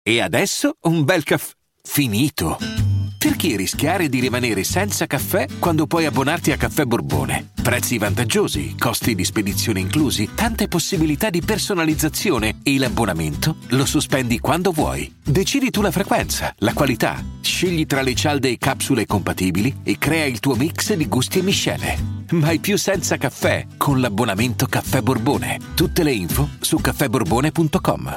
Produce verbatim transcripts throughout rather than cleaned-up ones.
E adesso un bel caffè finito. Perché rischiare di rimanere senza caffè quando puoi abbonarti a Caffè Borbone? Prezzi vantaggiosi, costi di spedizione inclusi, tante possibilità di personalizzazione e l'abbonamento lo sospendi quando vuoi. Decidi tu la frequenza, la qualità, scegli tra le cialde e capsule compatibili e crea il tuo mix di gusti e miscele. Mai più senza caffè con l'abbonamento Caffè Borbone. Tutte le info su caffè borbone punto com.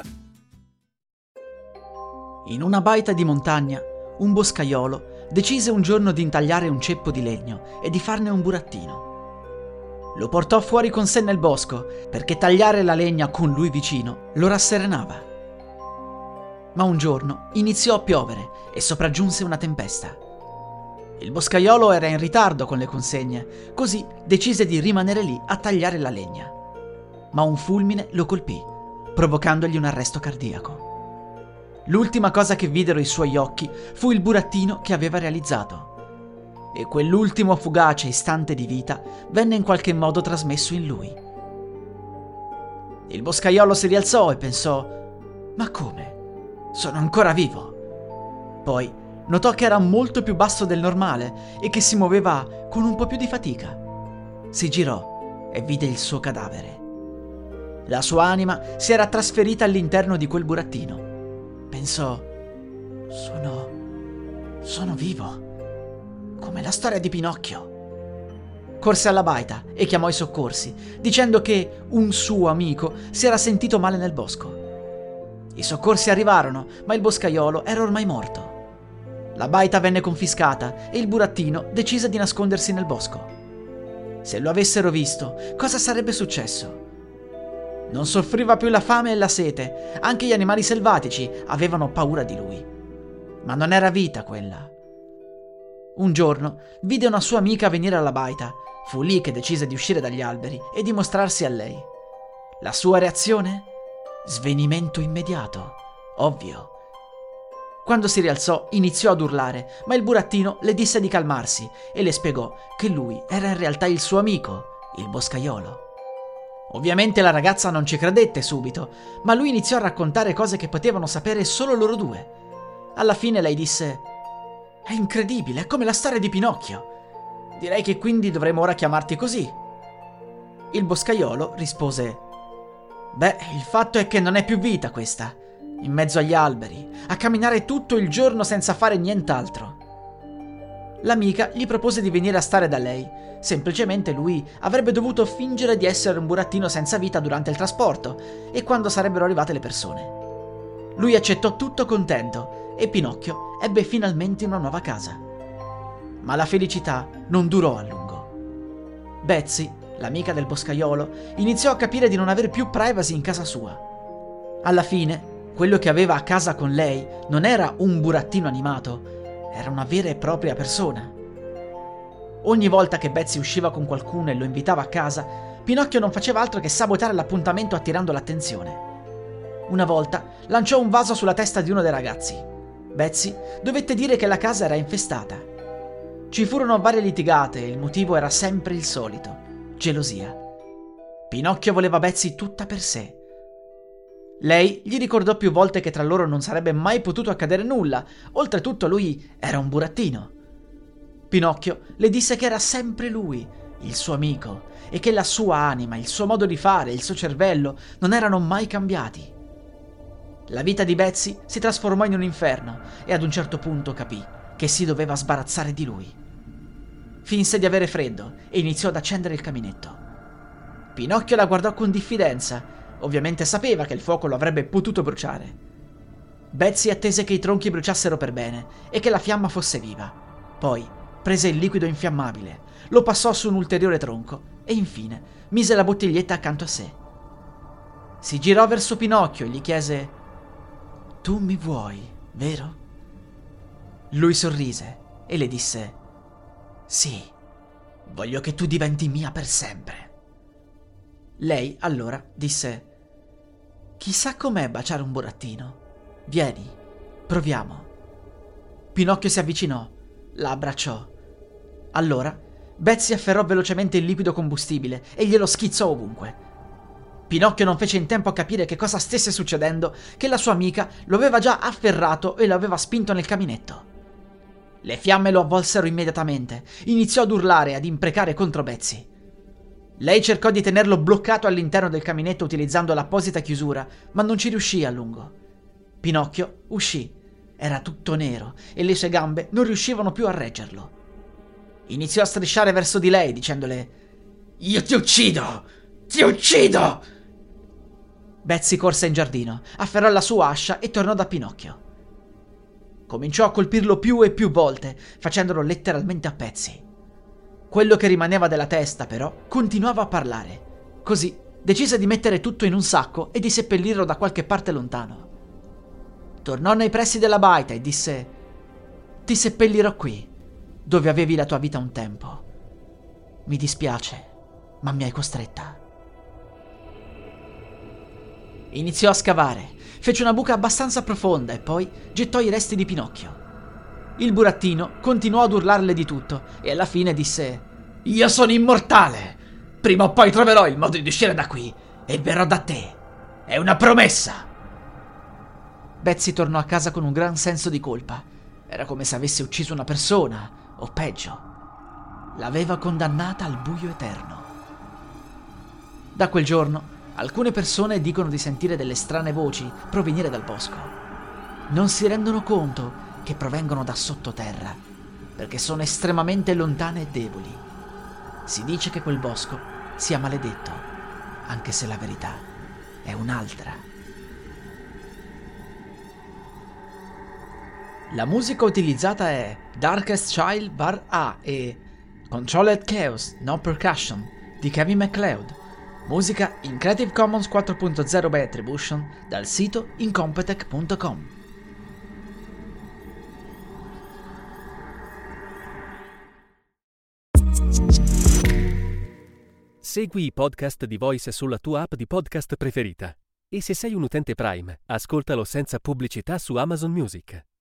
In una baita di montagna, un boscaiolo decise un giorno di intagliare un ceppo di legno e di farne un burattino. Lo portò fuori con sé nel bosco perché tagliare la legna con lui vicino lo rasserenava. Ma un giorno iniziò a piovere e sopraggiunse una tempesta. Il boscaiolo era in ritardo con le consegne, così decise di rimanere lì a tagliare la legna. Ma un fulmine lo colpì, provocandogli un arresto cardiaco. L'ultima cosa che videro i suoi occhi fu il burattino che aveva realizzato. E quell'ultimo fugace istante di vita venne in qualche modo trasmesso in lui. Il boscaiolo si rialzò e pensò: ma come? Sono ancora vivo. Poi notò che era molto più basso del normale e che si muoveva con un po' più di fatica. Si girò e vide il suo cadavere. La sua anima si era trasferita all'interno di quel burattino. Pensò: sono... sono vivo, come la storia di Pinocchio. Corse alla baita e chiamò i soccorsi, dicendo che un suo amico si era sentito male nel bosco. I soccorsi arrivarono, ma il boscaiolo era ormai morto. La baita venne confiscata e il burattino decise di nascondersi nel bosco. Se lo avessero visto, cosa sarebbe successo? Non soffriva più la fame e la sete, anche gli animali selvatici avevano paura di lui. Ma non era vita quella. Un giorno vide una sua amica venire alla baita. Fu lì che decise di uscire dagli alberi e di mostrarsi a lei. La sua reazione? Svenimento immediato, ovvio. Quando si rialzò iniziò ad urlare, ma il burattino le disse di calmarsi e le spiegò che lui era in realtà il suo amico, il boscaiolo. Ovviamente la ragazza non ci credette subito, ma lui iniziò a raccontare cose che potevano sapere solo loro due. Alla fine lei disse: è incredibile, è come la storia di Pinocchio. Direi che quindi dovremmo ora chiamarti così. Il boscaiolo rispose: beh, il fatto è che non è più vita questa, in mezzo agli alberi, a camminare tutto il giorno senza fare nient'altro. L'amica gli propose di venire a stare da lei. Semplicemente lui avrebbe dovuto fingere di essere un burattino senza vita durante il trasporto e quando sarebbero arrivate le persone. Lui accettò tutto contento e Pinocchio ebbe finalmente una nuova casa. Ma la felicità non durò a lungo. Betsy, l'amica del boscaiolo, iniziò a capire di non avere più privacy in casa sua. Alla fine, quello che aveva a casa con lei non era un burattino animato, era una vera e propria persona. Ogni volta che Betsy usciva con qualcuno e lo invitava a casa, Pinocchio non faceva altro che sabotare l'appuntamento attirando l'attenzione. Una volta lanciò un vaso sulla testa di uno dei ragazzi. Betsy dovette dire che la casa era infestata. Ci furono varie litigate e il motivo era sempre il solito: gelosia. Pinocchio voleva Betsy tutta per sé. Lei gli ricordò più volte che tra loro non sarebbe mai potuto accadere nulla, oltretutto lui era un burattino. Pinocchio le disse che era sempre lui, il suo amico, e che la sua anima, il suo modo di fare, il suo cervello non erano mai cambiati. La vita di Betsy si trasformò in un inferno e ad un certo punto capì che si doveva sbarazzare di lui. Finse di avere freddo e iniziò ad accendere il caminetto. Pinocchio la guardò con diffidenza, ovviamente sapeva che il fuoco lo avrebbe potuto bruciare. Betsy attese che i tronchi bruciassero per bene e che la fiamma fosse viva. Poi prese il liquido infiammabile, lo passò su un ulteriore tronco e infine mise la bottiglietta accanto a sé. Si girò verso Pinocchio e gli chiese: tu mi vuoi, vero? Lui sorrise e le disse: sì, voglio che tu diventi mia per sempre. Lei allora disse: chissà com'è baciare un burattino. Vieni, proviamo. Pinocchio si avvicinò, la abbracciò. Allora Betsy afferrò velocemente il liquido combustibile e glielo schizzò ovunque. Pinocchio non fece in tempo a capire che cosa stesse succedendo, che la sua amica lo aveva già afferrato e lo aveva spinto nel caminetto. Le fiamme lo avvolsero immediatamente. Iniziò ad urlare e ad imprecare contro Betsy. Lei cercò di tenerlo bloccato all'interno del caminetto utilizzando l'apposita chiusura, ma non ci riuscì a lungo. Pinocchio uscì. Era tutto nero e le sue gambe non riuscivano più a reggerlo. Iniziò a strisciare verso di lei dicendole: «Io ti uccido! Ti uccido!» Betsy corse in giardino, afferrò la sua ascia e tornò da Pinocchio. Cominciò a colpirlo più e più volte, facendolo letteralmente a pezzi. Quello che rimaneva della testa, però, continuava a parlare. Così decise di mettere tutto in un sacco e di seppellirlo da qualche parte lontano. Tornò nei pressi della baita e disse: «Ti seppellirò qui, dove avevi la tua vita un tempo. Mi dispiace, ma mi hai costretta». Iniziò a scavare, fece una buca abbastanza profonda e poi gettò i resti di Pinocchio. Il burattino continuò ad urlarle di tutto e alla fine disse: «Io sono immortale! Prima o poi troverò il modo di uscire da qui e verrò da te. È una promessa!» Betsy tornò a casa con un gran senso di colpa. Era come se avesse ucciso una persona, o peggio, l'aveva condannata al buio eterno. Da quel giorno alcune persone dicono di sentire delle strane voci provenire dal bosco. Non si rendono conto che provengono da sottoterra, perché sono estremamente lontane e deboli. Si dice che quel bosco sia maledetto, anche se la verità è un'altra. La musica utilizzata è Darkest Child Bar A e Controlled Chaos No Percussion di Kevin MacLeod. Musica in Creative Commons quattro punto zero by Attribution dal sito incompetech punto com. Segui i podcast di Voice sulla tua app di podcast preferita. E se sei un utente Prime, ascoltalo senza pubblicità su Amazon Music.